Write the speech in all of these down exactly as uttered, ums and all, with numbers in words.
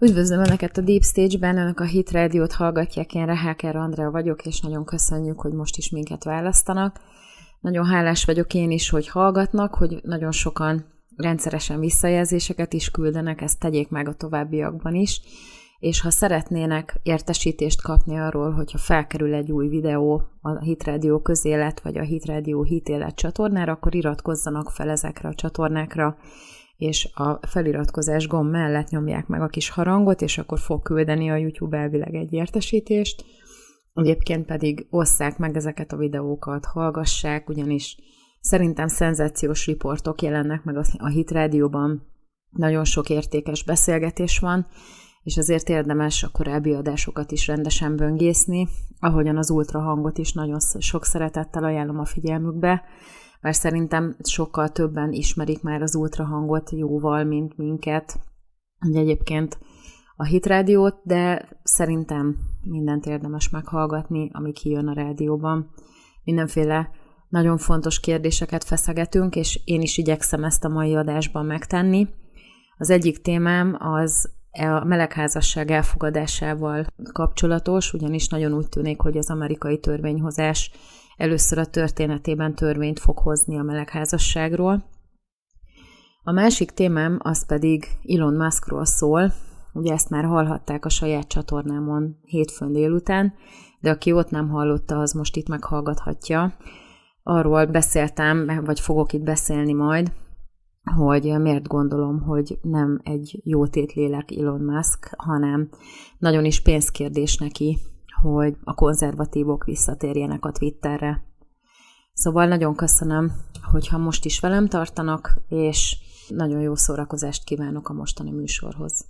Üdvözlöm Önöket a Deep Stage-ben, Önök a Hit Rádiót hallgatják, én Reháker Andrea vagyok, és nagyon köszönjük, hogy most is minket választanak. Nagyon hálás vagyok én is, hogy hallgatnak, hogy nagyon sokan rendszeresen visszajelzéseket is küldenek, ezt tegyék meg a továbbiakban is, és ha szeretnének értesítést kapni arról, hogyha felkerül egy új videó a Hit Rádió közélet, vagy a Hit Rádió hitélet csatornára, akkor iratkozzanak fel ezekre a csatornákra, és a feliratkozás gomb mellett nyomják meg a kis harangot, és akkor fog küldeni a YouTube elvileg egy értesítést. Egyébként pedig osszák meg ezeket a videókat, hallgassák, ugyanis szerintem szenzációs riportok jelennek meg a Hit Rádióban, nagyon sok értékes beszélgetés van, és azért érdemes a korábbi adásokat is rendesen böngészni, ahogyan az ultrahangot is nagyon sok szeretettel ajánlom a figyelmükbe, mert szerintem sokkal többen ismerik már az ultrahangot jóval, mint minket, ugye egyébként a Hit Rádiót, de szerintem mindent érdemes meghallgatni, ami kijön a rádióban. Mindenféle nagyon fontos kérdéseket feszegetünk, és én is igyekszem ezt a mai adásban megtenni. Az egyik témám az a melegházasság elfogadásával kapcsolatos, ugyanis nagyon úgy tűnik, hogy az amerikai törvényhozás először a történetében törvényt fog hozni a melegházasságról. A másik témám az pedig Elon Muskról szól, ugye ezt már hallhatták a saját csatornámon hétfőn délután, de aki ott nem hallotta, az most itt meghallgathatja. Arról beszéltem, vagy fogok itt beszélni majd, hogy miért gondolom, hogy nem egy jó tétlélek Elon Musk, hanem nagyon is pénzkérdés neki, hogy a konzervatívok visszatérjenek a Twitterre. Szóval nagyon köszönöm, hogyha most is velem tartanak, és nagyon jó szórakozást kívánok a mostani műsorhoz.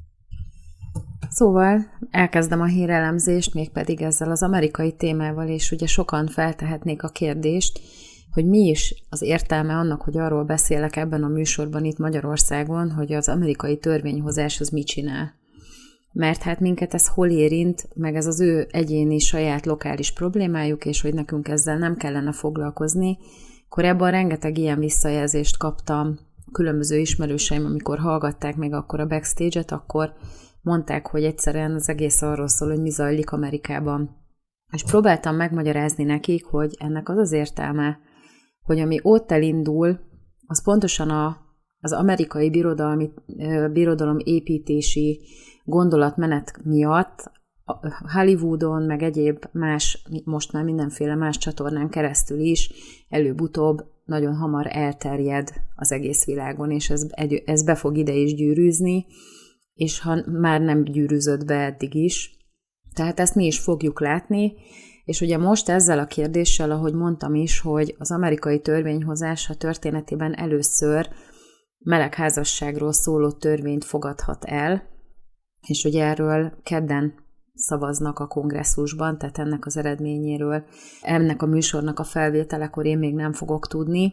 Szóval elkezdem a hírelemzést, mégpedig ezzel az amerikai témával, és ugye sokan feltehetnék a kérdést, hogy mi is az értelme annak, hogy arról beszélek ebben a műsorban itt Magyarországon, hogy az amerikai törvényhozás az mit csinál. Mert hát minket ez hol érint, meg ez az ő egyéni saját lokális problémájuk, és hogy nekünk ezzel nem kellene foglalkozni. Korábban rengeteg ilyen visszajelzést kaptam, különböző ismerőseim, amikor hallgatták még akkor a backstage-et, akkor mondták, hogy egyszerűen az egész arról szól, hogy mi zajlik Amerikában. És próbáltam megmagyarázni nekik, hogy ennek az az értelme, hogy ami ott elindul, az pontosan a, az amerikai birodalmi, birodalom építési gondolatmenet miatt Hollywoodon, meg egyéb más, most már mindenféle más csatornán keresztül is előbb-utóbb nagyon hamar elterjed az egész világon, és ez, ez be fog ide is gyűrűzni, és ha már nem gyűrűzött be eddig is. Tehát ezt mi is fogjuk látni, és ugye most ezzel a kérdéssel, ahogy mondtam is, hogy az amerikai törvényhozás a történetében először melegházasságról szóló törvényt fogadhat el, és ugye erről kedden szavaznak a kongresszusban, tehát ennek az eredményéről, ennek a műsornak a felvételekor én még nem fogok tudni,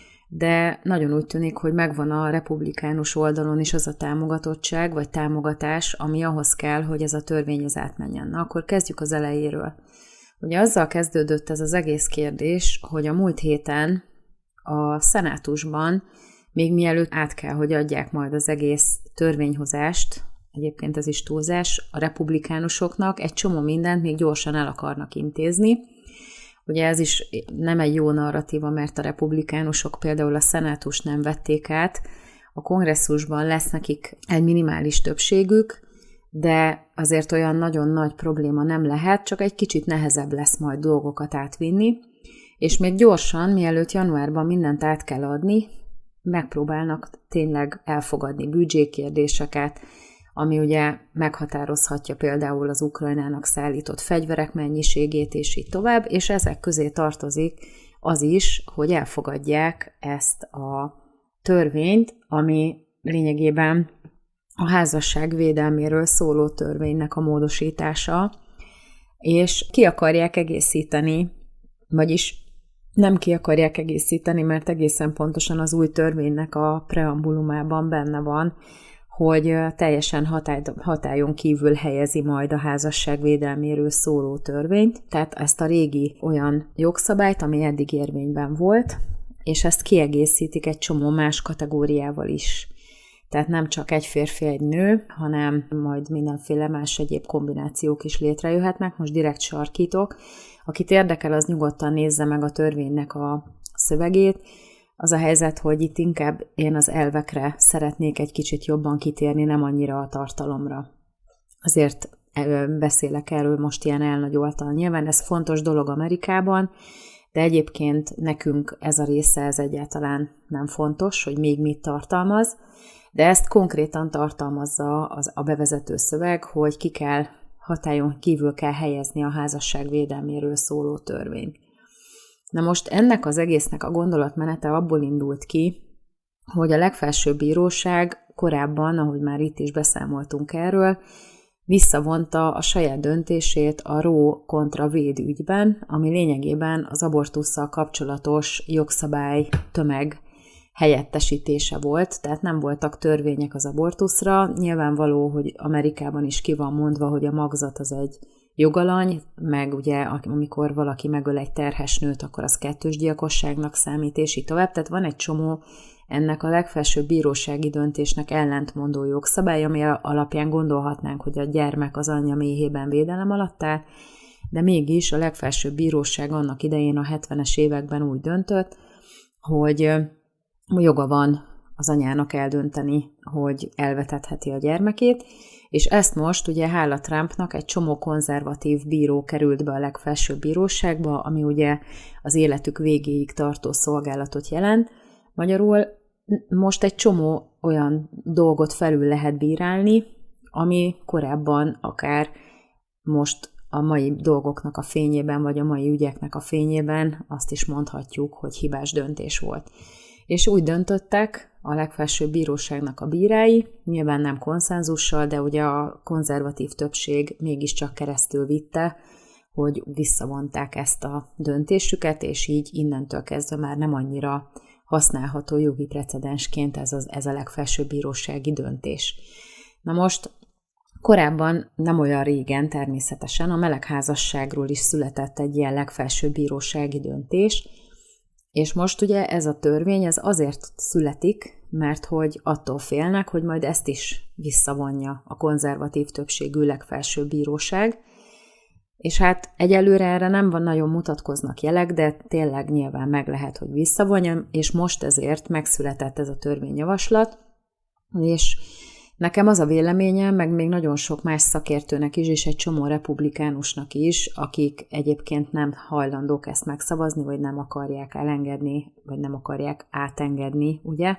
de nagyon úgy tűnik, hogy megvan a republikánus oldalon is az a támogatottság, vagy támogatás, ami ahhoz kell, hogy ez a törvény az átmenjen. Na, akkor kezdjük az elejéről. Ugye azzal kezdődött ez az egész kérdés, hogy a múlt héten a szenátusban, még mielőtt át kell, hogy adják majd az egész törvényhozást, egyébként ez is túlzás, a republikánusoknak egy csomó mindent még gyorsan el akarnak intézni. Ugye ez is nem egy jó narratíva, mert a republikánusok például a szenátust nem vették át, a kongresszusban lesz nekik egy minimális többségük, de azért olyan nagyon nagy probléma nem lehet, csak egy kicsit nehezebb lesz majd dolgokat átvinni, és még gyorsan, mielőtt januárban mindent át kell adni, megpróbálnak tényleg elfogadni büdzsékérdéseket, ami ugye meghatározhatja például az Ukrajnának szállított fegyverek mennyiségét, és így tovább, és ezek közé tartozik az is, hogy elfogadják ezt a törvényt, ami lényegében a házasság védelméről szóló törvénynek a módosítása, és ki akarják egészíteni, vagyis nem ki akarják egészíteni, mert egészen pontosan az új törvénynek a preambulumában benne van, hogy teljesen hatály, hatályon kívül helyezi majd a házasság védelméről szóló törvényt, tehát ezt a régi olyan jogszabályt, ami eddig érvényben volt, és ezt kiegészítik egy csomó más kategóriával is. Tehát nem csak egy férfi, egy nő, hanem majd mindenféle más egyéb kombinációk is létrejöhetnek. Most direkt sarkítok. Akit érdekel, az nyugodtan nézze meg a törvénynek a szövegét. Az a helyzet, hogy itt inkább én az elvekre szeretnék egy kicsit jobban kitérni, nem annyira a tartalomra. Azért beszélek erről most ilyen elnagyoltan. Nyilván ez fontos dolog Amerikában, de egyébként nekünk ez a része ez egyáltalán nem fontos, hogy még mit tartalmaz, de ezt konkrétan tartalmazza az, a bevezető szöveg, hogy ki kell, hatályon kívül kell helyezni a házasság védelméről szóló törvényt. Na most ennek az egésznek a gondolatmenete abból indult ki, hogy a legfelsőbb bíróság korábban, ahogy már itt is beszámoltunk erről, visszavonta a saját döntését a Roe kontra Wade ügyben, ami lényegében az abortusszal kapcsolatos jogszabály tömeg helyettesítése volt, tehát nem voltak törvények az abortuszra. Nyilvánvaló, hogy Amerikában is ki van mondva, hogy a magzat az egy jogalany, meg ugye amikor valaki megöl egy terhes nőt, akkor az kettős gyilkosságnak számít, és így tovább. Tehát van egy csomó ennek a legfelsőbb bírósági döntésnek ellentmondó jogszabály, ami alapján gondolhatnánk, hogy a gyermek az anyja méhében védelem alatt áll, de mégis a legfelsőbb bíróság annak idején a hetvenes években úgy döntött, hogy joga van az anyának eldönteni, hogy elvetetheti a gyermekét, és ezt most ugye hála Trumpnak egy csomó konzervatív bíró került be a legfelsőbb bíróságba, ami ugye az életük végéig tartó szolgálatot jelent. Magyarul most egy csomó olyan dolgot felül lehet bírálni, ami korábban akár most a mai dolgoknak a fényében, vagy a mai ügyeknek a fényében azt is mondhatjuk, hogy hibás döntés volt. És úgy döntöttek a legfelsőbb bíróságnak a bírái, nyilván nem konszenzussal, de ugye a konzervatív többség mégiscsak keresztül vitte, hogy visszavonták ezt a döntésüket, és így innentől kezdve már nem annyira használható jogi precedensként ez, az, ez a legfelsőbb bírósági döntés. Na most korábban, nem olyan régen természetesen a melegházasságról is született egy ilyen legfelsőbb bírósági döntés, és most ugye ez a törvény ez azért születik, mert hogy attól félnek, hogy majd ezt is visszavonja a konzervatív többségű legfelsőbb bíróság, és hát egyelőre erre nem van nagyon mutatkoznak jelek, de tényleg nyilván meg lehet, hogy visszavonja, és most ezért megszületett ez a törvényjavaslat, és nekem az a véleményem, meg még nagyon sok más szakértőnek is, és egy csomó republikánusnak is, akik egyébként nem hajlandók ezt megszavazni, vagy nem akarják elengedni, vagy nem akarják átengedni, ugye,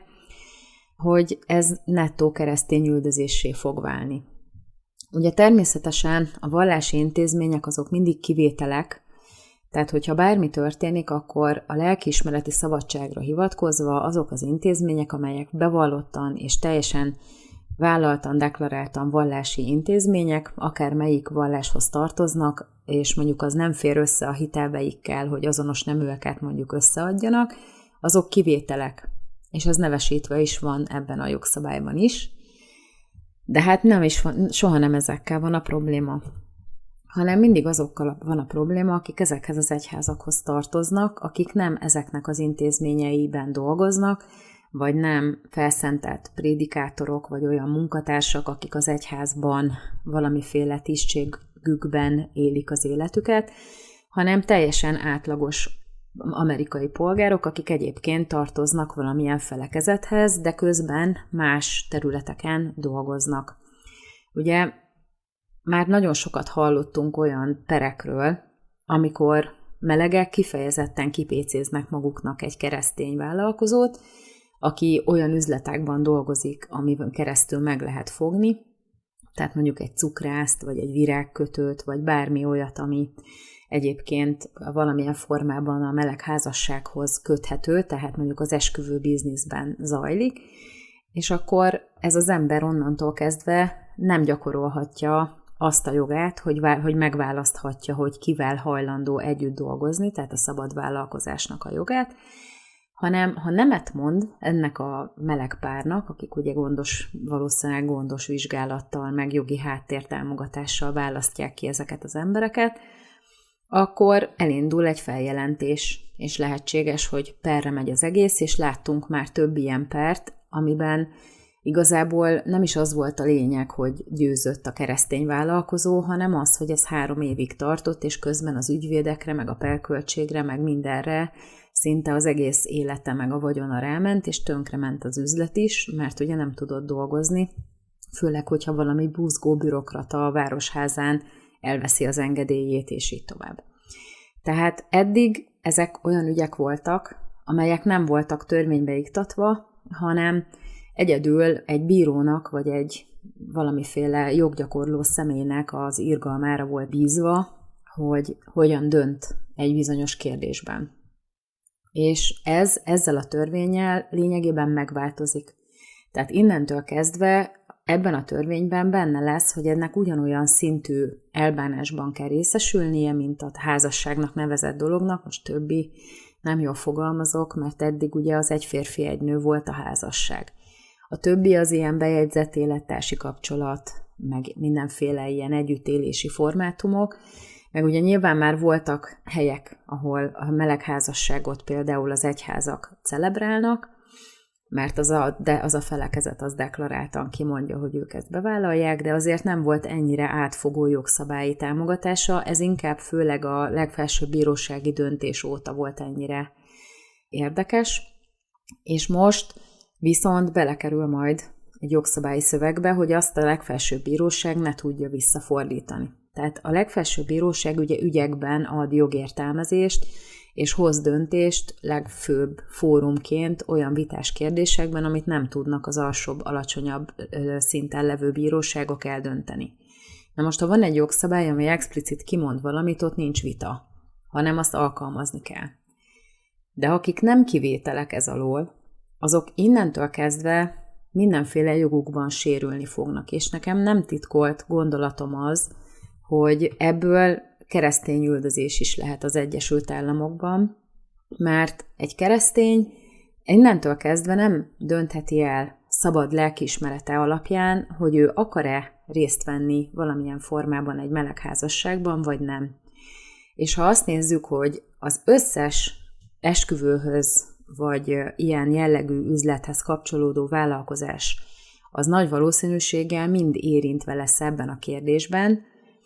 hogy ez nettó keresztény üldözéssé fog válni. Ugye természetesen a vallási intézmények azok mindig kivételek, tehát hogyha bármi történik, akkor a lelkiismereti szabadságra hivatkozva azok az intézmények, amelyek bevallottan és teljesen vállaltan, deklaráltan vallási intézmények, akár melyik valláshoz tartoznak, és mondjuk az nem fér össze a hitelveikkel, hogy azonos neműeket mondjuk összeadjanak, azok kivételek, és ez nevesítve is van ebben a jogszabályban is. De hát nem is van, soha nem ezekkel van a probléma, hanem mindig azokkal van a probléma, akik ezekhez az egyházakhoz tartoznak, akik nem ezeknek az intézményeiben dolgoznak, vagy nem felszentelt prédikátorok, vagy olyan munkatársak, akik az egyházban valamiféle tisztségükben élik az életüket, hanem teljesen átlagos amerikai polgárok, akik egyébként tartoznak valamilyen felekezethez, de közben más területeken dolgoznak. Ugye már nagyon sokat hallottunk olyan perekről, amikor melegek kifejezetten kipécéznek maguknak egy keresztény vállalkozót, aki olyan üzletekben dolgozik, amiben keresztül meg lehet fogni, tehát mondjuk egy cukrászt, vagy egy virágkötőt, vagy bármi olyat, ami egyébként valamilyen formában a melegházassághoz köthető, tehát mondjuk az esküvő bizniszben zajlik, és akkor ez az ember onnantól kezdve nem gyakorolhatja azt a jogát, hogy, hogy megválaszthatja, hogy kivel hajlandó együtt dolgozni, tehát a szabad vállalkozásnak a jogát, hanem ha nemet mond ennek a meleg párnak, akik ugye gondos, valószínűleg gondos vizsgálattal, meg jogi háttértámogatással választják ki ezeket az embereket, akkor elindul egy feljelentés, és lehetséges, hogy perre megy az egész, és láttunk már több ilyen pert, amiben Igazából nem is az volt a lényeg, hogy győzött a keresztény vállalkozó, hanem az, hogy ez három évig tartott, és közben az ügyvédekre, meg a perköltségre, meg mindenre szinte az egész élete, meg a vagyona ráment, és tönkrement az üzlet is, mert ugye nem tudott dolgozni, főleg, hogyha valami buzgó bürokrata a városházán elveszi az engedélyét, és így tovább. Tehát eddig ezek olyan ügyek voltak, amelyek nem voltak törvénybe iktatva, hanem egyedül egy bírónak, vagy egy valamiféle joggyakorló személynek az irgalmára volt bízva, hogy hogyan dönt egy bizonyos kérdésben. És ez ezzel a törvénnyel lényegében megváltozik. Tehát innentől kezdve ebben a törvényben benne lesz, hogy ennek ugyanolyan szintű elbánásban kell részesülnie, mint a házasságnak nevezett dolognak, most többi nem jól fogalmazok, mert eddig ugye az egy férfi, egy nő volt a házasság. A többi az ilyen bejegyzett élettársi kapcsolat, meg mindenféle ilyen együttélési formátumok, meg ugye nyilván már voltak helyek, ahol a melegházasságot például az egyházak celebrálnak, mert az a, de az a felekezet az deklaráltan kimondja, hogy ők ezt bevállalják, de azért nem volt ennyire átfogó jogszabályi támogatása, ez inkább főleg a legfelsőbb bírósági döntés óta volt ennyire érdekes, és most viszont belekerül majd egy jogszabályi szövegbe, hogy azt a legfelsőbb bíróság ne tudja visszafordítani. Tehát a legfelsőbb bíróság ugye ügyekben ad jogértelmezést, és hoz döntést legfőbb fórumként olyan vitás kérdésekben, amit nem tudnak az alsóbb, alacsonyabb szinten levő bíróságok eldönteni. Na most, ha van egy jogszabály, ami explicit kimond valamit, ott nincs vita, hanem azt alkalmazni kell. De akik nem kivételek ez alól, azok innentől kezdve mindenféle jogukban sérülni fognak, és nekem nem titkolt gondolatom az, hogy ebből keresztény üldözés is lehet az Egyesült Államokban, mert egy keresztény innentől kezdve nem döntheti el szabad lelkiismerete alapján, hogy ő akar-e részt venni valamilyen formában egy melegházasságban, vagy nem. És ha azt nézzük, hogy az összes esküvőhöz, vagy ilyen jellegű üzlethez kapcsolódó vállalkozás az nagy valószínűséggel mind érintve lesz ebben a kérdésben,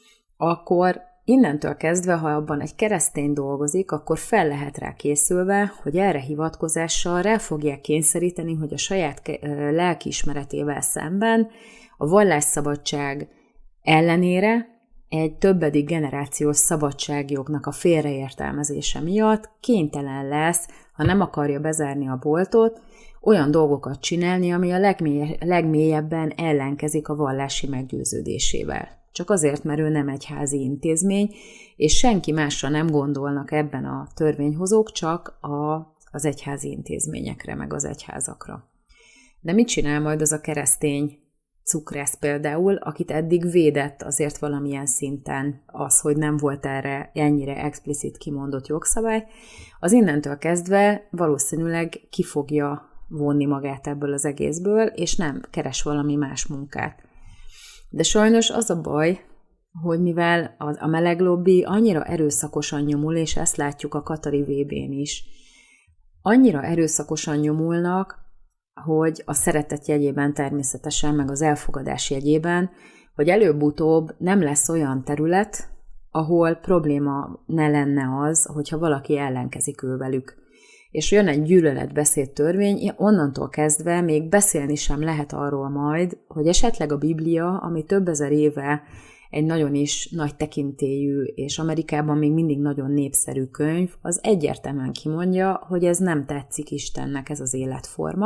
akkor innentől kezdve, ha abban egy keresztény dolgozik, akkor fel lehet rá készülve, hogy erre hivatkozással rá fogják kényszeríteni, hogy a saját lelkiismeretével szemben a vallásszabadság ellenére egy többedik generációs szabadságjognak a félreértelmezése miatt kénytelen lesz, ha nem akarja bezárni a boltot, olyan dolgokat csinálni, ami a legmély- legmélyebben ellenkezik a vallási meggyőződésével. Csak azért, mert ő nem egyházi intézmény, és senki másra nem gondolnak ebben a törvényhozók, csak a, az egyházi intézményekre, meg az egyházakra. De mit csinál majd az a keresztény cukrász például, akit eddig védett azért valamilyen szinten az, hogy nem volt erre ennyire explicit kimondott jogszabály, az innentől kezdve valószínűleg ki fogja vonni magát ebből az egészből, és nem keres valami más munkát. De sajnos az a baj, hogy mivel a meleg lobby annyira erőszakosan nyomul, és ezt látjuk a Katari vé bén is, annyira erőszakosan nyomulnak, hogy a szeretet jegyében természetesen, meg az elfogadás jegyében, hogy előbb-utóbb nem lesz olyan terület, ahol probléma ne lenne az, hogyha valaki ellenkezik ővelük. És jön egy gyűlöletbeszéd törvény, onnantól kezdve még beszélni sem lehet arról majd, hogy esetleg a Biblia, ami több ezer éve egy nagyon is nagy tekintélyű, és Amerikában még mindig nagyon népszerű könyv, az egyértelműen kimondja, hogy ez nem tetszik Istennek, ez az életforma.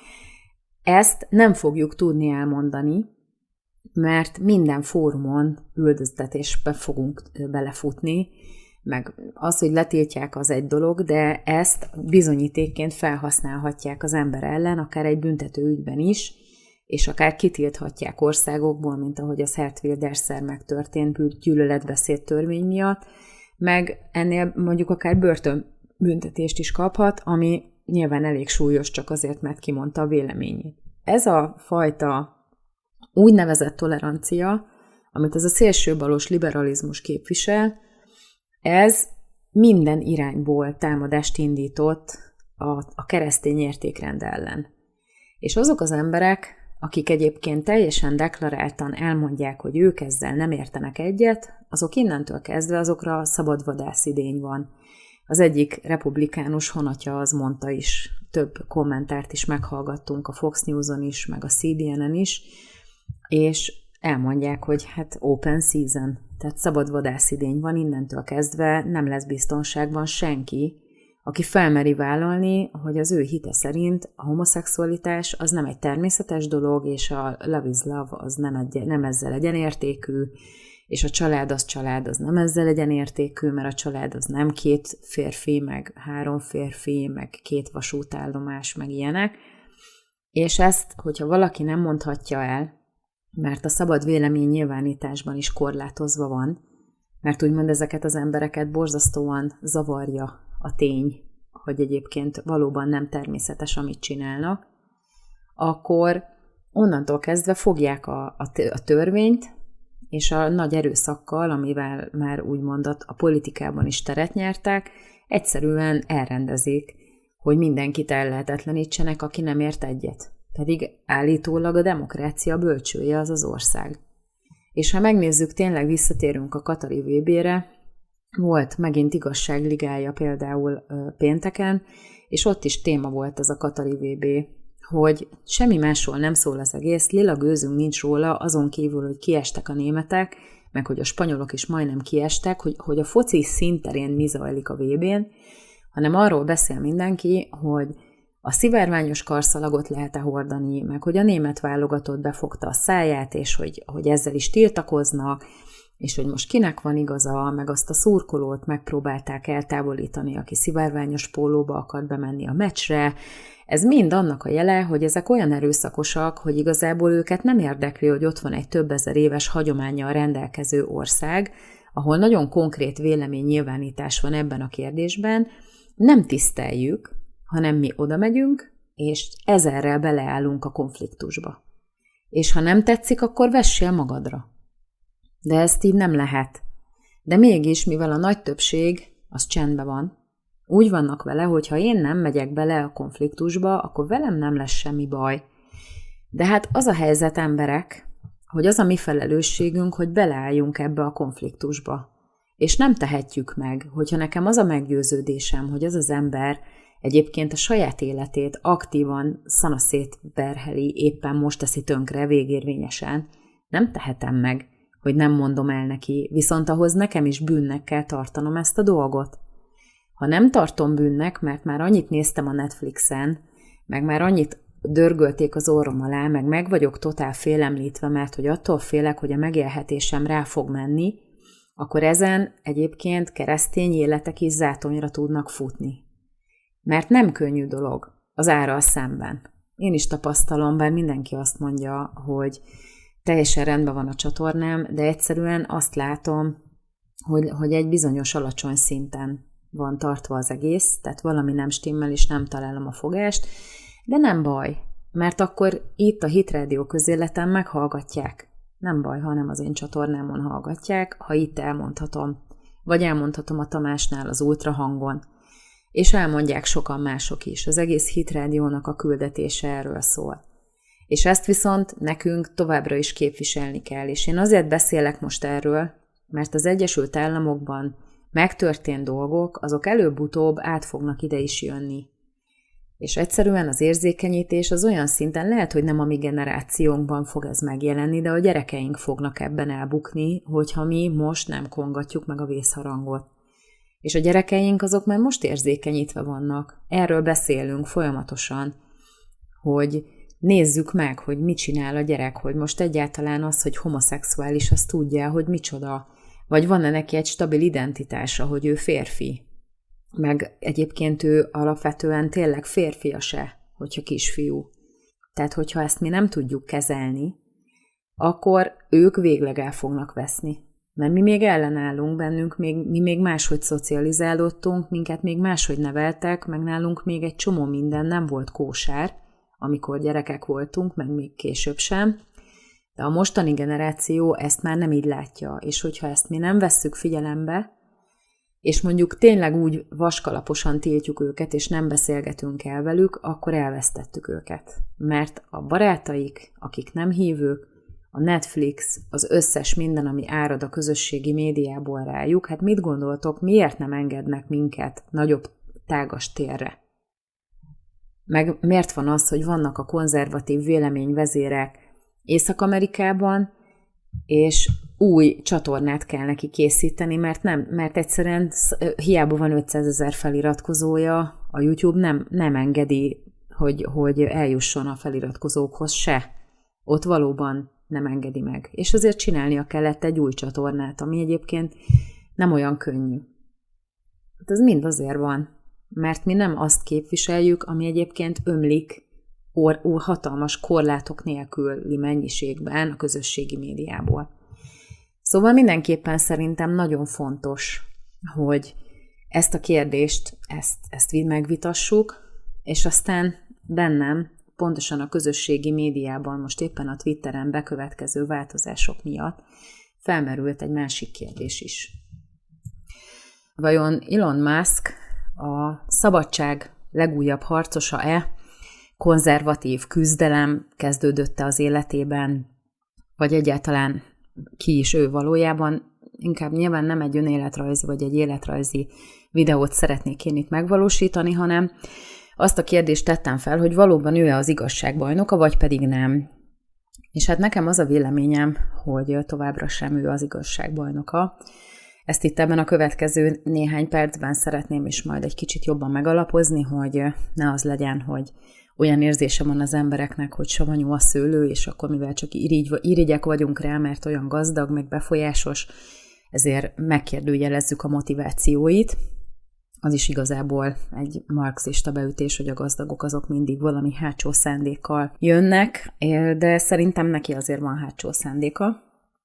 Ezt nem fogjuk tudni elmondani, mert minden fórumon üldöztetésbe fogunk belefutni, meg az, hogy letiltják, az egy dolog, de ezt bizonyítékként felhasználhatják az ember ellen, akár egy büntető ügyben is, és akár kitilthatják országokból, mint ahogy az Hert Wilderszel megtörtént gyűlöletbeszéd törvény miatt, meg ennél mondjuk akár börtönbüntetést is kaphat, ami nyilván elég súlyos csak azért, mert kimondta a véleményét. Ez a fajta úgynevezett tolerancia, amit ez a szélsőbalos liberalizmus képvisel, ez minden irányból támadást indított a, a keresztény értékrend ellen. És azok az emberek, akik egyébként teljesen deklaráltan elmondják, hogy ők ezzel nem értenek egyet, azok innentől kezdve azokra szabad vadászidény van. Az egyik republikánus honatja az mondta is, több kommentárt is meghallgattunk a Fox News-on is, meg a C B N-en is, és elmondják, hogy hát open season, tehát szabad vadászidény van, innentől kezdve nem lesz biztonságban senki, aki felmeri vállalni, hogy az ő hite szerint a homoszexualitás az nem egy természetes dolog, és a love is love az nem, egy, nem ezzel egyenértékű, és a család az család az nem ezzel egyenértékű, mert a család az nem két férfi, meg három férfi, meg két vasútállomás, meg ilyenek. És ezt, hogyha valaki nem mondhatja el, mert a szabad vélemény nyilvánításban is korlátozva van, mert úgymond ezeket az embereket borzasztóan zavarja a tény, hogy egyébként valóban nem természetes, amit csinálnak, akkor onnantól kezdve fogják a, a, a törvényt, és a nagy erőszakkal, amivel már úgymond a politikában is teret nyertek, egyszerűen elrendezik, hogy mindenkit ellehetetlenítsenek, aki nem ért egyet. Pedig állítólag a demokrácia bölcsője az az ország. És ha megnézzük, tényleg visszatérünk a katari vé bére, volt megint igazságligája például pénteken, és ott is téma volt ez a katari vé bé, hogy semmi másról nem szól az egész, lila gőzünk nincs róla, azon kívül, hogy kiestek a németek, meg hogy a spanyolok is majdnem kiestek, hogy, hogy a foci színterén mi zajlik a vé bén, hanem arról beszél mindenki, hogy a szivárványos karszalagot lehet-e hordani, meg hogy a német válogatott befogta a száját, és hogy, hogy ezzel is tiltakoznak, és hogy most kinek van igaza, meg azt a szurkolót megpróbálták eltávolítani, aki szivárványos pólóba akart bemenni a meccsre. Ez mind annak a jele, hogy ezek olyan erőszakosak, hogy igazából őket nem érdekli, hogy ott van egy több ezer éves hagyománnyal rendelkező ország, ahol nagyon konkrét véleménynyilvánítás van ebben a kérdésben, nem tiszteljük, hanem mi oda megyünk, és ezerrel beleállunk a konfliktusba. És ha nem tetszik, akkor vessél magadra. De ezt így nem lehet. De mégis, mivel a nagy többség az csendben van, úgy vannak vele, hogy ha én nem megyek bele a konfliktusba, akkor velem nem lesz semmi baj. De hát az a helyzet, emberek, hogy az a mi felelősségünk, hogy beleálljunk ebbe a konfliktusba. És nem tehetjük meg, hogyha nekem az a meggyőződésem, hogy az az ember egyébként a saját életét aktívan szanaszét berheli, éppen most teszi tönkre végérvényesen, nem tehetem meg, hogy nem mondom el neki, viszont ahhoz nekem is bűnnek kell tartanom ezt a dolgot. Ha nem tartom bűnnek, mert már annyit néztem a Netflixen, meg már annyit dörgölték az orrom alá, meg meg vagyok totál félemlítve, mert hogy attól félek, hogy a megélhetésem rá fog menni, akkor ezen egyébként keresztény életek is zátonyra tudnak futni. Mert nem könnyű dolog az árral szemben. Én is tapasztalom, bár mindenki azt mondja, hogy teljesen rendben van a csatornám, de egyszerűen azt látom, hogy, hogy egy bizonyos alacsony szinten van tartva az egész, tehát valami nem stimmel, és nem találom a fogást, de nem baj, mert akkor itt a Hit Rádió közéleten meghallgatják. Nem baj, hanem az én csatornámon hallgatják, ha itt elmondhatom, vagy elmondhatom a Tamásnál az ultrahangon, és elmondják sokan mások is. Az egész Hit Rádiónak a küldetése erről szól. És ezt viszont nekünk továbbra is képviselni kell, és én azért beszélek most erről, mert az Egyesült Államokban megtörtént dolgok, azok előbb-utóbb át fognak ide is jönni. És egyszerűen az érzékenyítés az olyan szinten lehet, hogy nem a mi generációnkban fog ez megjelenni, de a gyerekeink fognak ebben elbukni, hogyha mi most nem kongatjuk meg a vészharangot. És a gyerekeink azok már most érzékenyítve vannak. Erről beszélünk folyamatosan, hogy nézzük meg, hogy mit csinál a gyerek, hogy most egyáltalán az, hogy homoszexuális, azt tudja, hogy micsoda, vagy van-e neki egy stabil identitása, hogy ő férfi. Meg egyébként ő alapvetően tényleg férfias-e, hogyha kisfiú. Tehát, hogyha ezt mi nem tudjuk kezelni, akkor ők végleg el fognak veszni. Mert mi még ellenállunk bennünk, még, mi még máshogy szocializálódtunk, minket még máshogy neveltek, meg nálunk még egy csomó minden nem volt kósár, amikor gyerekek voltunk, meg még később sem. De a mostani generáció ezt már nem így látja, és hogyha ezt mi nem vesszük figyelembe, és mondjuk tényleg úgy vaskalaposan tiltjuk őket, és nem beszélgetünk el velük, akkor elvesztettük őket. Mert a barátaik, akik nem hívők, a Netflix, az összes minden, ami árad a közösségi médiából rájuk, hát mit gondoltok, miért nem engednek minket nagyobb tágas térre? Meg miért van az, hogy vannak a konzervatív véleményvezérek Észak-Amerikában, és új csatornát kell neki készíteni, mert, nem, mert egyszerűen hiába van ötszázezer feliratkozója, a YouTube nem, nem engedi, hogy, hogy eljusson a feliratkozókhoz se. Ott valóban nem engedi meg. És azért csinálnia kellett egy új csatornát, ami egyébként nem olyan könnyű. Hát ez mind azért van, mert mi nem azt képviseljük, ami egyébként ömlik or, or, hatalmas korlátok nélküli mennyiségben a közösségi médiából. Szóval mindenképpen szerintem nagyon fontos, hogy ezt a kérdést, ezt, ezt megvitassuk, és aztán bennem, pontosan a közösségi médiában, most éppen a Twitteren bekövetkező változások miatt felmerült egy másik kérdés is. Vajon Elon Musk a szabadság legújabb harcosa-e? Konzervatív küzdelem kezdődött-e az életében, vagy egyáltalán ki is ő valójában? Inkább nyilván nem egy önéletrajzi vagy egy életrajzi videót szeretnék én itt megvalósítani, hanem azt a kérdést tettem fel, hogy valóban ő az igazságbajnoka, vagy pedig nem. És hát nekem az a véleményem, hogy továbbra sem ő az igazságbajnoka. Ezt itt ebben a következő néhány percben szeretném is majd egy kicsit jobban megalapozni, hogy ne az legyen, hogy olyan érzése van az embereknek, hogy savanyú a szőlő, és akkor mivel csak irigy, irigyek vagyunk rá, mert olyan gazdag, meg befolyásos, ezért megkérdőjelezzük a motivációit. Az is igazából egy marxista beütés, hogy a gazdagok azok mindig valami hátsó szándékkal jönnek, de szerintem neki azért van hátsó szándéka.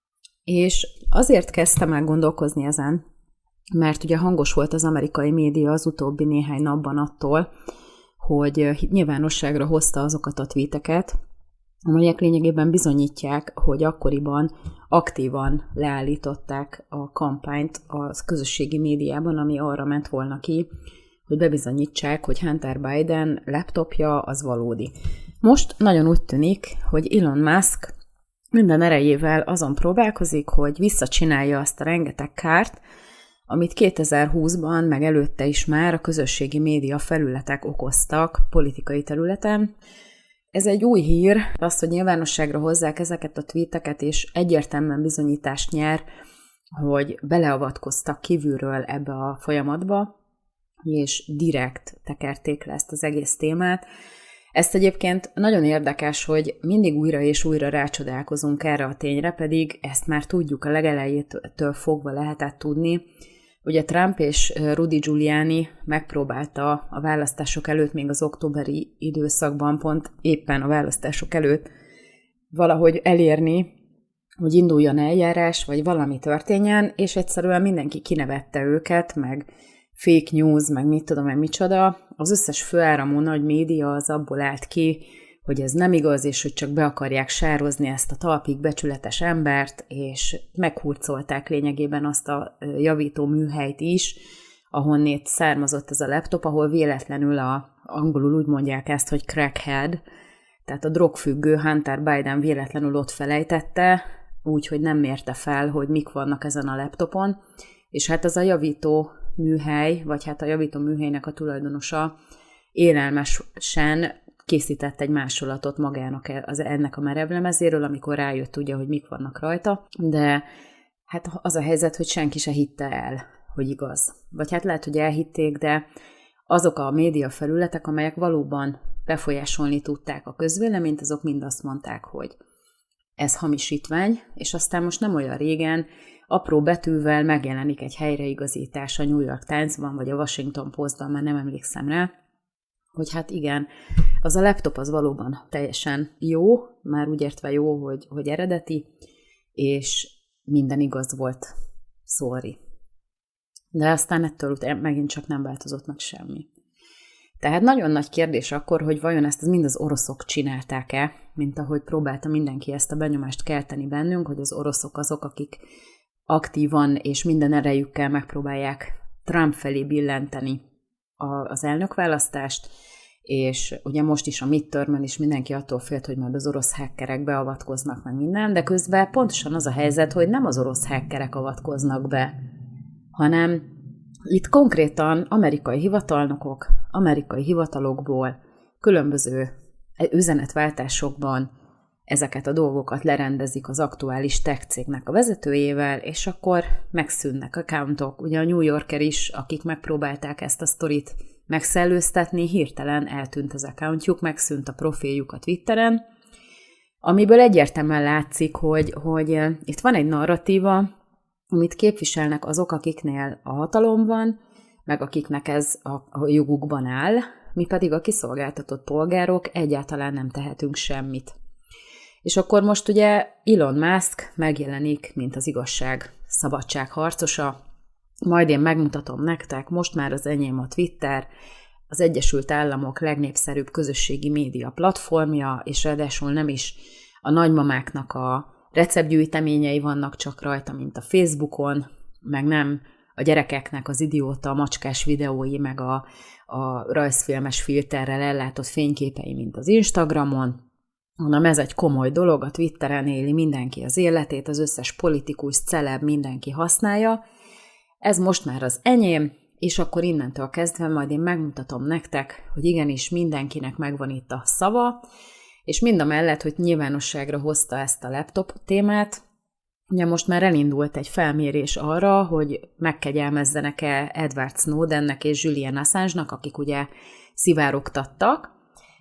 És azért kezdtem el gondolkozni ezen, mert ugye hangos volt az amerikai média az utóbbi néhány napban attól, hogy nyilvánosságra hozta azokat a tweeteket, amelyek lényegében bizonyítják, hogy akkoriban aktívan leállították a kampányt a közösségi médiában, ami arra ment volna ki, hogy bebizonyítsák, hogy Hunter Biden laptopja az valódi. Most nagyon úgy tűnik, hogy Elon Musk minden erejével azon próbálkozik, hogy visszacsinálja azt a rengeteg kárt, amit kétezer-húszban, meg előtte is már a közösségi média felületek okoztak politikai területen. Ez egy új hír, az, hogy nyilvánosságra hozzák ezeket a tweeteket, és egyértelműen bizonyítást nyer, hogy beleavatkoztak kívülről ebbe a folyamatba, és direkt tekerték le ezt az egész témát. Ezt egyébként nagyon érdekes, hogy mindig újra és újra rácsodálkozunk erre a tényre, pedig ezt már tudjuk, a legelejétől fogva lehetett tudni. Ugye Trump és Rudy Giuliani megpróbálta a választások előtt, még az októberi időszakban, pont éppen a választások előtt valahogy elérni, hogy induljon eljárás, vagy valami történjen, és egyszerűen mindenki kinevette őket, meg fake news, meg mit tudom, meg micsoda. Az összes főáramú nagy média az abból állt ki, hogy ez nem igaz, és hogy csak be akarják sározni ezt a talpig becsületes embert, és meghurcolták lényegében azt a javító műhelyt is, ahonnét származott ez a laptop, ahol véletlenül a, angolul úgy mondják ezt, hogy crackhead, tehát a drogfüggő Hunter Biden véletlenül ott felejtette, úgyhogy nem mérte fel, hogy mik vannak ezen a laptopon, és hát ez a javító műhely, vagy hát a javító műhelynek a tulajdonosa élelmesen készített egy másolatot magának az, ennek a merevlemezéről, amikor rájött ugye, hogy mik vannak rajta, de hát az a helyzet, hogy senki se hitte el, hogy igaz. Vagy hát lehet, hogy elhitték, de azok a média felületek, amelyek valóban befolyásolni tudták a közvéleményt, azok mind azt mondták, hogy ez hamisítvány, és aztán most nem olyan régen apró betűvel megjelenik egy helyreigazítás a New York Times-ban, vagy a Washington Postban, már nem emlékszem rá, hogy hát igen, az a laptop az valóban teljesen jó, már úgy értve jó, hogy, hogy eredeti, és minden igaz volt, sorry. De aztán ettől megint csak nem változott meg semmi. Tehát nagyon nagy kérdés akkor, hogy vajon ezt mind az oroszok csinálták-e, mint ahogy próbálta mindenki ezt a benyomást kelteni bennünk, hogy az oroszok azok, akik aktívan és minden erejükkel megpróbálják Trump felé billenteni az elnökválasztást, és ugye most is a midtermen is mindenki attól félt, hogy majd az orosz hackerek beavatkoznak meg minden, de közben pontosan az a helyzet, hogy nem az orosz hackerek avatkoznak be, hanem itt konkrétan amerikai hivatalnokok, amerikai hivatalokból különböző üzenetváltásokban ezeket a dolgokat lerendezik az aktuális tech cégnek a vezetőjével, és akkor megszűnnek accountok. Ugye a New Yorker is, akik megpróbálták ezt a sztorit megszellőztetni, hirtelen eltűnt az accountjuk, megszűnt a profiljuk a Twitteren, amiből egyértelműen látszik, hogy, hogy itt van egy narratíva, amit képviselnek azok, akiknél a hatalom van, meg akiknek ez a, a jogukban áll, mi pedig a kiszolgáltatott polgárok egyáltalán nem tehetünk semmit. És akkor most ugye Elon Musk megjelenik, mint az igazság szabadság harcosa, majd én megmutatom nektek, most már az enyém a Twitter, az Egyesült Államok legnépszerűbb közösségi média platformja, és ráadásul nem is a nagymamáknak a receptgyűjteményei vannak csak rajta, mint a Facebookon, meg nem a gyerekeknek az idióta macskás videói, meg a, a rajzfilmes filterrel ellátott fényképei, mint az Instagramon, hanem ez egy komoly dolog, a Twitteren éli mindenki az életét, az összes politikus, celeb, mindenki használja. Ez most már az enyém, és akkor innentől kezdve majd én megmutatom nektek, hogy igenis mindenkinek megvan itt a szava, és mind a mellett, hogy nyilvánosságra hozta ezt a laptop témát, ugye most már elindult egy felmérés arra, hogy megkegyelmezzenek-e Edward Snowdennek és Julian Assange-nak, akik ugye szivárogtattak,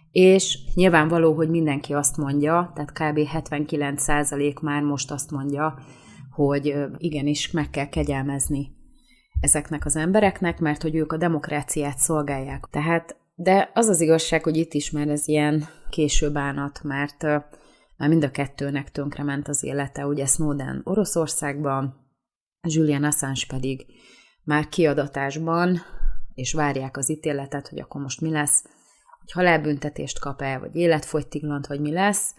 és nyilvánvaló, hogy mindenki azt mondja, tehát kb. hetvenkilenc százalék már most azt mondja, hogy igenis meg kell kegyelmezni ezeknek az embereknek, mert hogy ők a demokráciát szolgálják. Tehát, de az az igazság, hogy itt is már ez ilyen késő bánat, mert már mind a kettőnek tönkrement az élete, ugye Snowden Oroszországban, Julian Assange pedig már kiadatásban, és várják az ítéletet, hogy akkor most mi lesz, hogy halálbüntetést kap-e, vagy életfogytiglant, vagy mi lesz,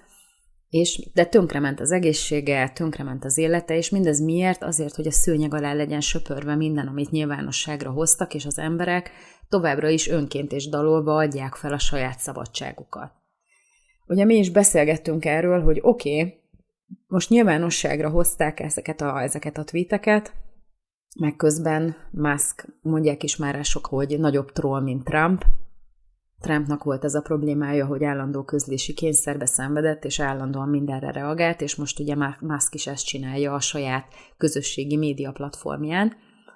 és, de tönkrement az egészsége, tönkrement az élete, és mindez miért? Azért, hogy a szőnyeg alá legyen söpörve minden, amit nyilvánosságra hoztak, és az emberek továbbra is önként és dalolva adják fel a saját szabadságukat. Ugye mi is beszélgettünk erről, hogy oké, okay, most nyilvánosságra hozták ezeket a, ezeket a tweeteket, meg közben Musk, mondják is már sok, hogy nagyobb troll, mint Trump. Trumpnak volt ez a problémája, hogy állandó közlési kényszerbe szenvedett, és állandóan mindenre reagált, és most ugye Musk is ezt csinálja a saját közösségi média platformján,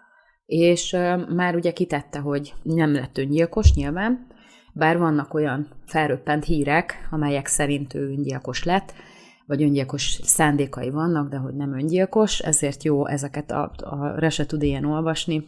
és már ugye kitette, hogy nem lett öngyilkos nyilván, bár vannak olyan felröppent hírek, amelyek szerint ő öngyilkos lett, vagy öngyilkos szándékai vannak, de hogy nem öngyilkos, ezért jó ezeket a, a re se tud ilyen olvasni.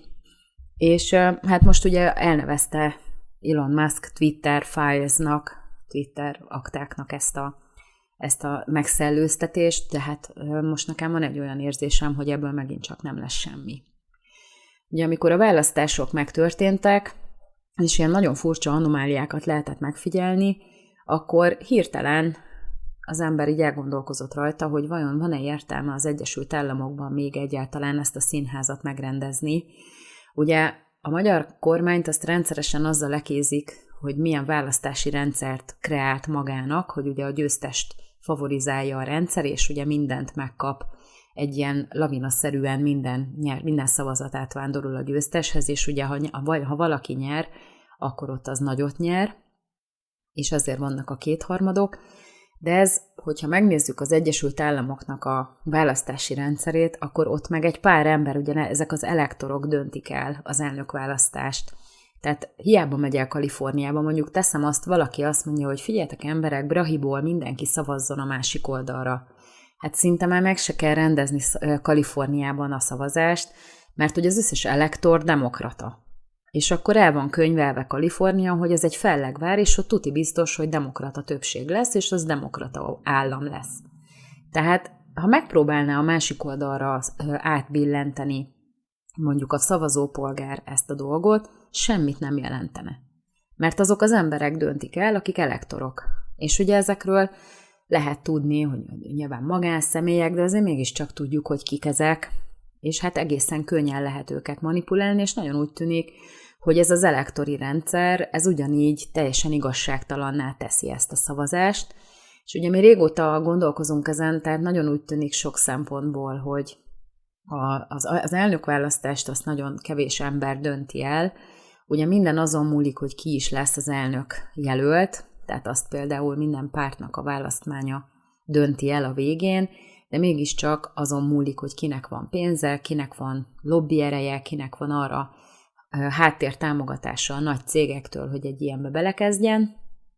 És hát most ugye elnevezte Elon Musk Twitter Files-nak, Twitter aktáknak ezt a, ezt a megszellőztetést, tehát most nekem van egy olyan érzésem, hogy ebből megint csak nem lesz semmi. Ugye amikor a választások megtörténtek, és ilyen nagyon furcsa anomáliákat lehetett megfigyelni, akkor hirtelen az ember így elgondolkozott rajta, hogy vajon van-e értelme az Egyesült Államokban még egyáltalán ezt a színházat megrendezni. Ugye a magyar kormányt azt rendszeresen azzal lekézik, hogy milyen választási rendszert kreált magának, hogy ugye a győztest favorizálja a rendszer, és ugye mindent megkap, egy ilyen lavinaszerűen minden, nyer, minden szavazat átvándorol a győzteshez, és ugye ha, ha valaki nyer, akkor ott az nagyot nyer, és azért vannak a kétharmadok. De ez, hogyha megnézzük az Egyesült Államoknak a választási rendszerét, akkor ott meg egy pár ember, ugye ezek az elektorok döntik el az elnökválasztást. Tehát hiába megy el Kaliforniába, mondjuk teszem azt, valaki azt mondja, hogy figyeljetek emberek, Brahiból mindenki szavazzon a másik oldalra. Hát szinte már meg se kell rendezni Kaliforniában a szavazást, mert ugye az összes elektor demokrata. És akkor el van könyvelve Kalifornia, hogy ez egy fellegvár, és ott tuti biztos, hogy demokrata többség lesz, és az demokrata állam lesz. Tehát, ha megpróbálná a másik oldalra átbillenteni mondjuk a szavazópolgár ezt a dolgot, semmit nem jelentene. Mert azok az emberek döntik el, akik elektorok. És ugye ezekről lehet tudni, hogy nyilván magánszemélyek, de azért mégiscsak tudjuk, hogy kik ezek, és hát egészen könnyen lehet őket manipulálni, és nagyon úgy tűnik, hogy ez az elektori rendszer, ez ugyanígy teljesen igazságtalanná teszi ezt a szavazást, és ugye mi régóta gondolkozunk ezen, tehát nagyon úgy tűnik sok szempontból, hogy a, az, az elnökválasztást azt nagyon kevés ember dönti el. Ugye minden azon múlik, hogy ki is lesz az elnök jelölt, tehát azt például minden pártnak a választmánya dönti el a végén, de mégiscsak azon múlik, hogy kinek van pénze, kinek van lobby ereje, kinek van arra háttértámogatása a nagy cégektől, hogy egy ilyenbe belekezdjen.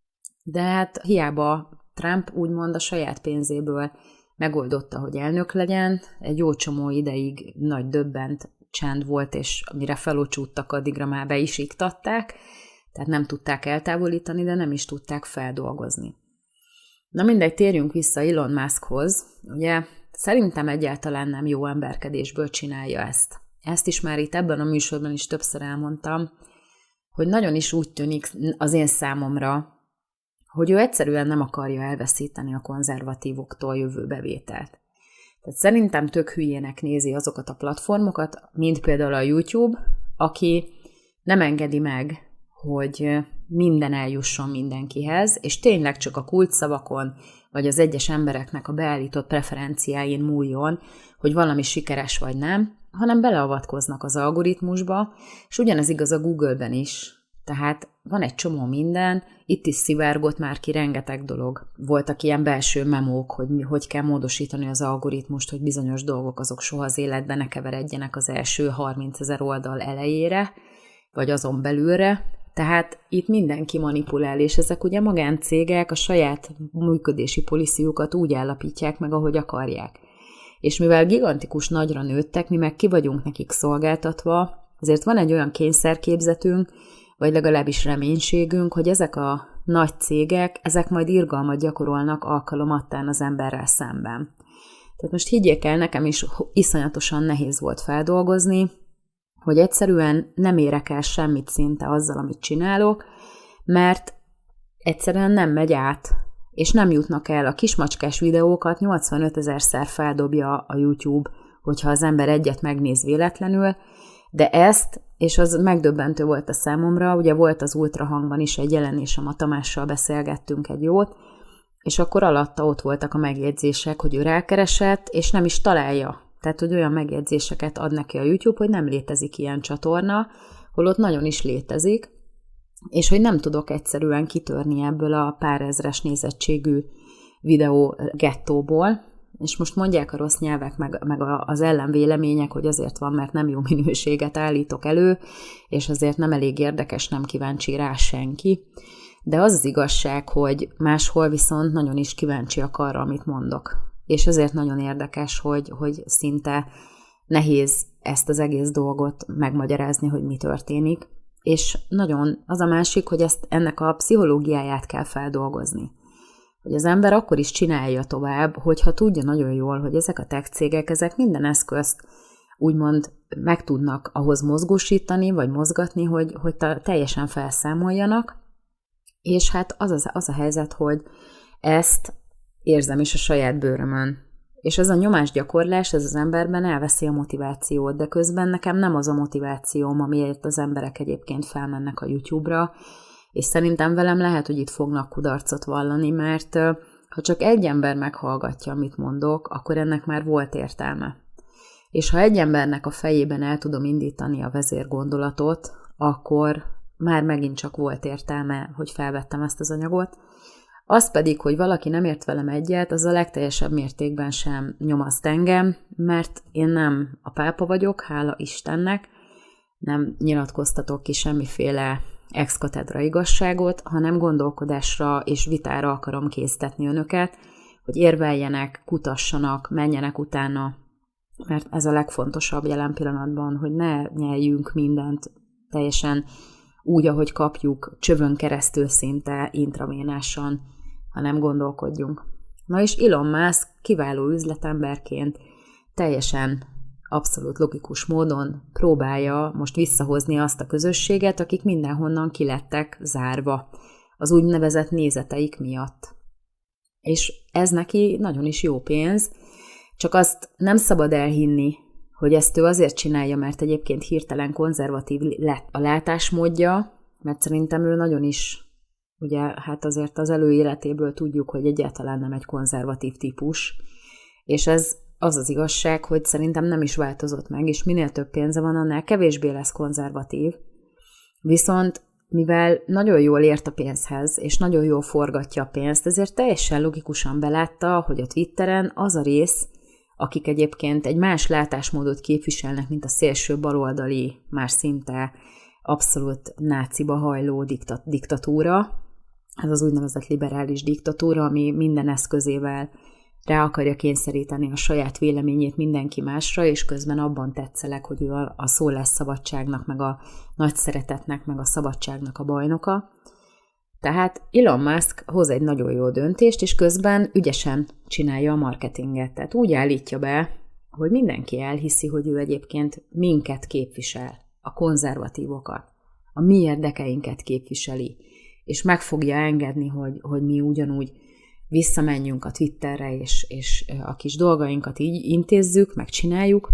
De hát hiába Trump úgymond a saját pénzéből megoldotta, hogy elnök legyen, egy jó csomó ideig nagy döbbent csend volt, és amire felocsúttak, addigra már be is iktatták, tehát nem tudták eltávolítani, de nem is tudták feldolgozni. Na mindegy, térjünk vissza Elon Muskhoz. Ugye szerintem egyáltalán nem jó emberkedésből csinálja ezt. Ezt is már itt ebben a műsorban is többször elmondtam, hogy nagyon is úgy tűnik az én számomra, hogy ő egyszerűen nem akarja elveszíteni a konzervatívoktól jövő bevételt. Tehát szerintem tök hülyének nézi azokat a platformokat, mint például a YouTube, aki nem engedi meg, hogy minden eljusson mindenkihez, és tényleg csak a kulcsszavakon, vagy az egyes embereknek a beállított preferenciáin múljon, hogy valami sikeres vagy nem, hanem beleavatkoznak az algoritmusba, és ugyanez igaz a Google-ben is. Tehát van egy csomó minden, itt is szivárgott már ki rengeteg dolog. Voltak ilyen belső memók, hogy mi, hogy kell módosítani az algoritmust, hogy bizonyos dolgok azok soha az életben ne keveredjenek az első harmincezer oldal elejére, vagy azon belülre. Tehát itt mindenki manipulál, és ezek ugye magáncégek a saját működési policyjukat úgy állapítják meg, ahogy akarják. És mivel gigantikus nagyra nőttek, mi meg ki vagyunk nekik szolgáltatva, azért van egy olyan kényszerképzetünk, vagy legalábbis reménységünk, hogy ezek a nagy cégek, ezek majd irgalmat gyakorolnak alkalomattán az emberrel szemben. Tehát most higgyék el, nekem is iszonyatosan nehéz volt feldolgozni, hogy egyszerűen nem érek el semmit szinte azzal, amit csinálok, mert egyszerűen nem megy át, és nem jutnak el. A kismacskás videókat nyolcvanöt ezerszer feldobja a YouTube, hogyha az ember egyet megnéz véletlenül, de ezt, és az megdöbbentő volt a számomra, ugye volt az ultrahangban is egy jelenésem, a Tamással beszélgettünk egy jót, és akkor alatta ott voltak a megjegyzések, hogy ő rákeresett, és nem is találja. Tehát, hogy olyan megjegyzéseket ad neki a YouTube, hogy nem létezik ilyen csatorna, holott nagyon is létezik, és hogy nem tudok egyszerűen kitörni ebből a pár ezres nézettségű videó gettóból, és most mondják a rossz nyelvek, meg, meg az ellenvélemények, hogy azért van, mert nem jó minőséget állítok elő, és azért nem elég érdekes, nem kíváncsi rá senki. De az az igazság, hogy máshol viszont nagyon is kíváncsiak arra, amit mondok. És ezért nagyon érdekes, hogy, hogy szinte nehéz ezt az egész dolgot megmagyarázni, hogy mi történik. És nagyon az a másik, hogy ezt, ennek a pszichológiáját kell feldolgozni. Hogy az ember akkor is csinálja tovább, hogyha tudja nagyon jól, hogy ezek a tech cégek, ezek minden eszközt úgymond meg tudnak ahhoz mozgósítani, vagy mozgatni, hogy, hogy teljesen felszámoljanak, és hát az, az, az a helyzet, hogy ezt érzem is a saját bőrömön. És ez a nyomásgyakorlás, ez az emberben elveszi a motivációt, de közben nekem nem az a motivációm, amiért az emberek egyébként felmennek a YouTube-ra, és szerintem velem lehet, hogy itt fognak kudarcot vallani, mert ha csak egy ember meghallgatja, amit mondok, akkor ennek már volt értelme. És ha egy embernek a fejében el tudom indítani a vezérgondolatot, akkor már megint csak volt értelme, hogy felvettem ezt az anyagot. Az pedig, hogy valaki nem ért velem egyet, az a legteljesebb mértékben sem nyomaszt engem, mert én nem a pápa vagyok, hála Istennek, nem nyilatkoztatok ki semmiféle ex-katedra igazságot, hanem gondolkodásra és vitára akarom késztetni önöket, hogy érveljenek, kutassanak, menjenek utána, mert ez a legfontosabb jelen pillanatban, hogy ne nyeljünk mindent teljesen úgy, ahogy kapjuk, csövön keresztül szinte intravénásan, hanem gondolkodjunk. Na és Elon Musk kiváló üzletemberként teljesen abszolút logikus módon próbálja most visszahozni azt a közösséget, akik mindenhonnan kilettek zárva az úgynevezett nézeteik miatt. És ez neki nagyon is jó pénz, csak azt nem szabad elhinni, hogy ezt ő azért csinálja, mert egyébként hirtelen konzervatív lett a látásmódja, mert szerintem ő nagyon is, ugye hát azért az előéletéből tudjuk, hogy egyáltalán nem egy konzervatív típus, és ez az az igazság, hogy szerintem nem is változott meg, és minél több pénze van, annál kevésbé lesz konzervatív. Viszont mivel nagyon jól ért a pénzhez, és nagyon jól forgatja a pénzt, ezért teljesen logikusan belátta, hogy a Twitteren az a rész, akik egyébként egy más látásmódot képviselnek, mint a szélső baloldali, már szinte abszolút náciba hajló diktat- diktatúra, ez az úgynevezett liberális diktatúra, ami minden eszközével rá akarja kényszeríteni a saját véleményét mindenki másra, és közben abban tetszeleg, hogy ő a szólásszabadságnak, meg a nagy szeretetnek, meg a szabadságnak a bajnoka. Tehát Elon Musk hoz egy nagyon jó döntést, és közben ügyesen csinálja a marketinget. Tehát úgy állítja be, hogy mindenki elhiszi, hogy ő egyébként minket képvisel, a konzervatívokat, a mi érdekeinket képviseli, és meg fogja engedni, hogy, hogy mi ugyanúgy visszamenjünk a Twitterre, és, és a kis dolgainkat így intézzük, megcsináljuk,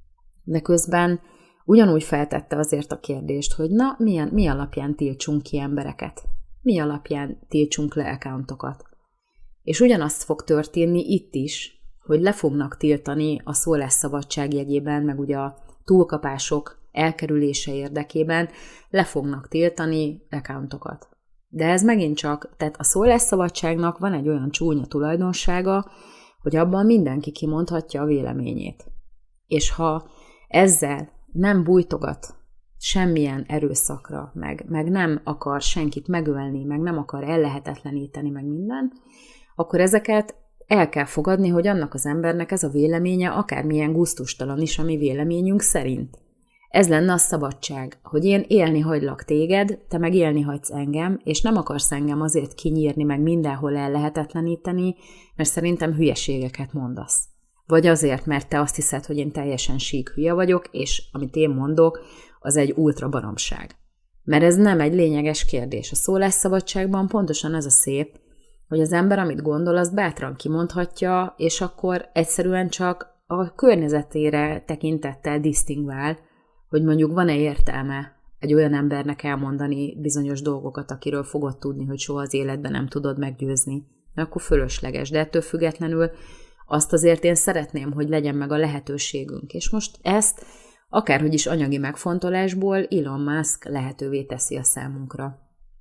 de közben ugyanúgy feltette azért a kérdést, hogy na, milyen, mi alapján tiltsunk ki embereket? Mi alapján tiltsunk le accountokat? És ugyanazt fog történni itt is, hogy le fognak tiltani a szólásszabadság jegyében, meg ugye a túlkapások elkerülése érdekében le fognak tiltani accountokat. De ez megint csak, tehát a szólásszabadságnak van egy olyan csúnya tulajdonsága, hogy abban mindenki kimondhatja a véleményét. És ha ezzel nem bújtogat semmilyen erőszakra, meg, meg nem akar senkit megölni, meg nem akar ellehetetleníteni, meg minden, akkor ezeket el kell fogadni, hogy annak az embernek ez a véleménye akármilyen gusztustalan is a mi véleményünk szerint. Ez lenne a szabadság, hogy én élni hagylak téged, te meg élni hagysz engem, és nem akarsz engem azért kinyírni, meg mindenhol ellehetetleníteni, mert szerintem hülyeségeket mondasz. Vagy azért, mert te azt hiszed, hogy én teljesen sík hülye vagyok, és amit én mondok, az egy ultra baromság. Mert ez nem egy lényeges kérdés. A szólásszabadságban pontosan ez a szép, hogy az ember, amit gondol, azt bátran kimondhatja, és akkor egyszerűen csak a környezetére tekintettel disztingvál, hogy mondjuk van-e értelme egy olyan embernek elmondani bizonyos dolgokat, akiről fogod tudni, hogy soha az életben nem tudod meggyőzni. Mert akkor fölösleges. De ettől függetlenül azt azért én szeretném, hogy legyen meg a lehetőségünk. És most ezt akárhogy is anyagi megfontolásból Elon Musk lehetővé teszi a számunkra.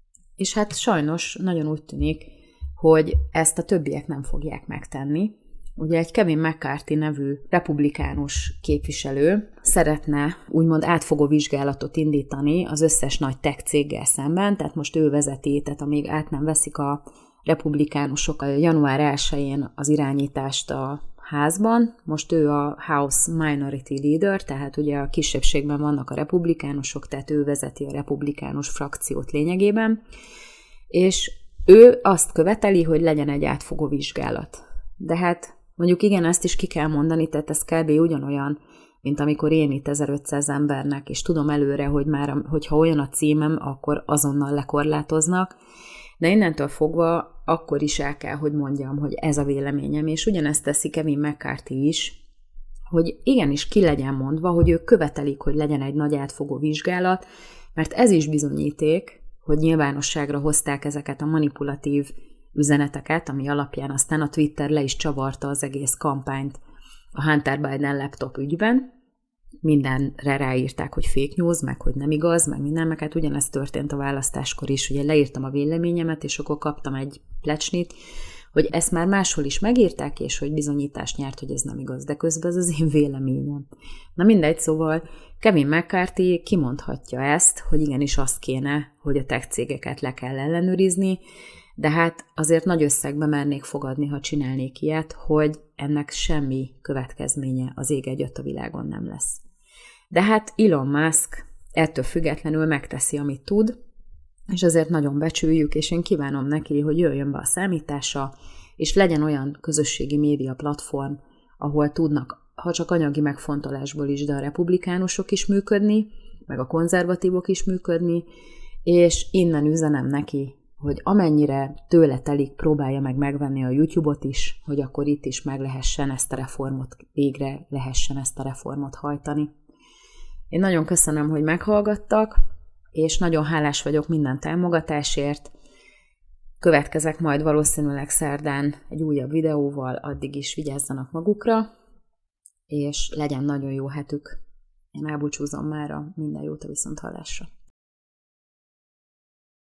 És hát sajnos nagyon úgy tűnik, hogy ezt a többiek nem fogják megtenni. Ugye egy Kevin McCarthy nevű republikánus képviselő szeretne úgymond átfogó vizsgálatot indítani az összes nagy tech céggel szemben, tehát most ő vezeti, tehát amíg át nem veszik a republikánusok a január elsején az irányítást a házban, most ő a House Minority Leader, tehát ugye a kisebbségben vannak a republikánusok, tehát ő vezeti a republikánus frakciót lényegében, és ő azt követeli, hogy legyen egy átfogó vizsgálat. De hát mondjuk igen, ezt is ki kell mondani, tehát ez kb. Ugyanolyan, mint amikor én itt ezerötszáz embernek, és tudom előre, hogy már, hogyha olyan a címem, akkor azonnal lekorlátoznak, de innentől fogva akkor is el kell, hogy mondjam, hogy ez a véleményem, és ugyanezt teszi Kevin McCarthy is, hogy igenis ki legyen mondva, hogy ők követelik, hogy legyen egy nagy átfogó vizsgálat, mert ez is bizonyíték, hogy nyilvánosságra hozták ezeket a manipulatív üzeneteket, ami alapján aztán a Twitter le is csavarta az egész kampányt a Hunter Biden laptop ügyben. Mindenre ráírták, hogy fake news, meg hogy nem igaz, meg minden, meg hát ugyanezt történt a választáskor is, ugye leírtam a véleményemet, és akkor kaptam egy plecsnit, hogy ezt már máshol is megírták, és hogy bizonyítást nyert, hogy ez nem igaz, de közben ez az én véleményem. Na mindegy, szóval Kevin McCarthy kimondhatja ezt, hogy igenis azt kéne, hogy a tech cégeket le kell ellenőrizni, de hát azért nagy összegbe mernék fogadni, ha csinálnék ilyet, hogy ennek semmi következménye az ég egyet a világon nem lesz. De hát Elon Musk ettől függetlenül megteszi, amit tud, és azért nagyon becsüljük, és én kívánom neki, hogy jöjjön be a számítása, és legyen olyan közösségi média platform, ahol tudnak, ha csak anyagi megfontolásból is, de a republikánusok is működni, meg a konzervatívok is működni, és innen üzenem neki, hogy amennyire tőle telik, próbálja meg megvenni a YouTube-ot is, hogy akkor itt is meg lehessen ezt a reformot, végre lehessen ezt a reformot hajtani. Én nagyon köszönöm, hogy meghallgattak, és nagyon hálás vagyok minden támogatásért. Következek majd valószínűleg szerdán egy újabb videóval, addig is vigyázzanak magukra, és legyen nagyon jó hetük. Én elbúcsúzom mára, minden jót a viszonthallásra.